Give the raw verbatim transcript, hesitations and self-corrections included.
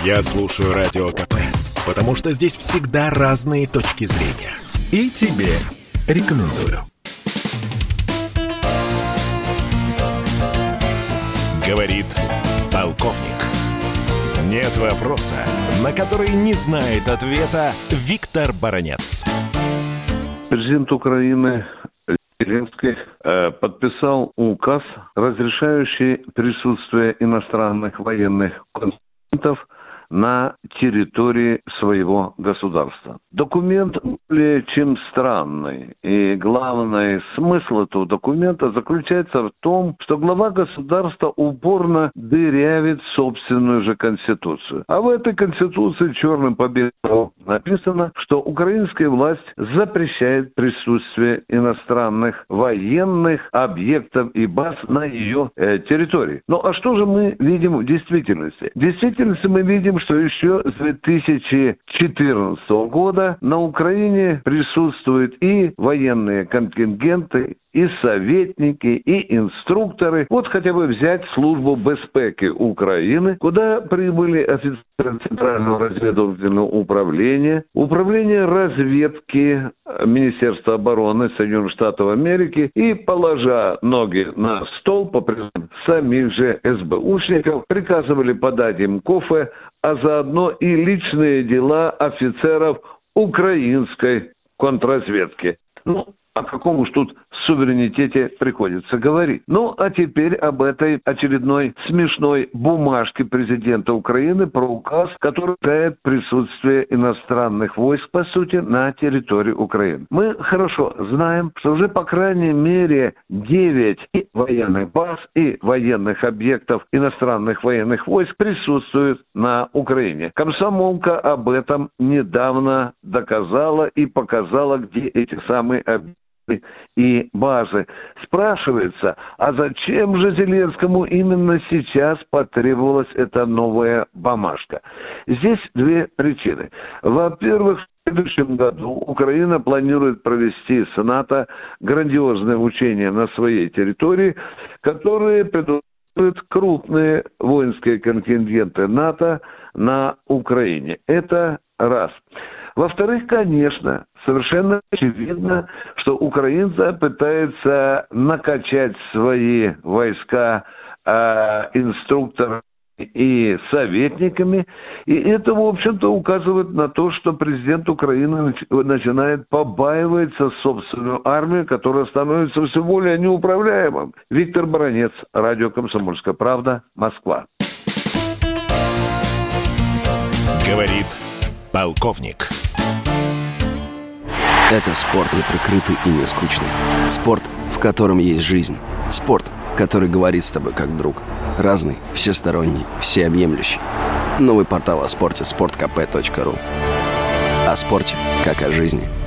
Я слушаю Радио КП, потому что здесь всегда разные точки зрения. И тебе рекомендую. Говорит полковник. Нет вопроса, на который не знает ответа Виктор Баранец. Президент Украины Зеленский э, подписал указ, разрешающий присутствие иностранных военных контингентов на территории своего государства. Документ более чем странный. И главный смысл этого документа заключается в том, что глава государства упорно дырявит собственную же конституцию. А в этой конституции черным по белому написано, что украинская власть запрещает присутствие иностранных военных объектов и баз на ее э, территории. Ну а что же мы видим в действительности? В действительности мы видим, что еще с две тысячи четырнадцатого года на Украине присутствуют и военные контингенты, и советники, и инструкторы. Вот хотя бы взять службу безпеки Украины, куда прибыли офицеры Центрального разведывательного управления, управления разведки Министерства обороны Соединенных Штатов Америки, и, положа ноги на стол, по признанию самих же СБУшников, приказывали подать им кофе, а заодно и личные дела офицеров украинской контрразведки. Ну, о каком уж тут суверенитете приходится говорить. Ну, а теперь об этой очередной смешной бумажке президента Украины про указ, который дает присутствие иностранных войск, по сути, на территории Украины. Мы хорошо знаем, что уже, по крайней мере, девять и военных баз, и военных объектов иностранных военных войск присутствуют на Украине. Комсомолка об этом недавно доказала и показала, где эти самые объекты и базы. Спрашивается, а зачем же Зеленскому именно сейчас потребовалась эта новая бумажка? Здесь две причины. Во-первых, в следующем году Украина планирует провести с НАТО грандиозные учения на своей территории, которые предусматривают крупные воинские контингенты НАТО на Украине. Это раз. Во-вторых, конечно, совершенно очевидно, что украинцы пытаются накачать свои войска э, инструкторами и советниками, и это, в общем-то, указывает на то, что президент Украины начинает побаиваться собственную армию, которая становится все более неуправляемым. Виктор Баранец, радио «Комсомольская правда», Москва. Говорит полковник. Это спорт неприкрытый и не скучный. Спорт, в котором есть жизнь. Спорт, который говорит с тобой как друг. Разный, всесторонний, всеобъемлющий. Новый портал о спорте – спорт кэ пэ точка ру. О спорте, как о жизни.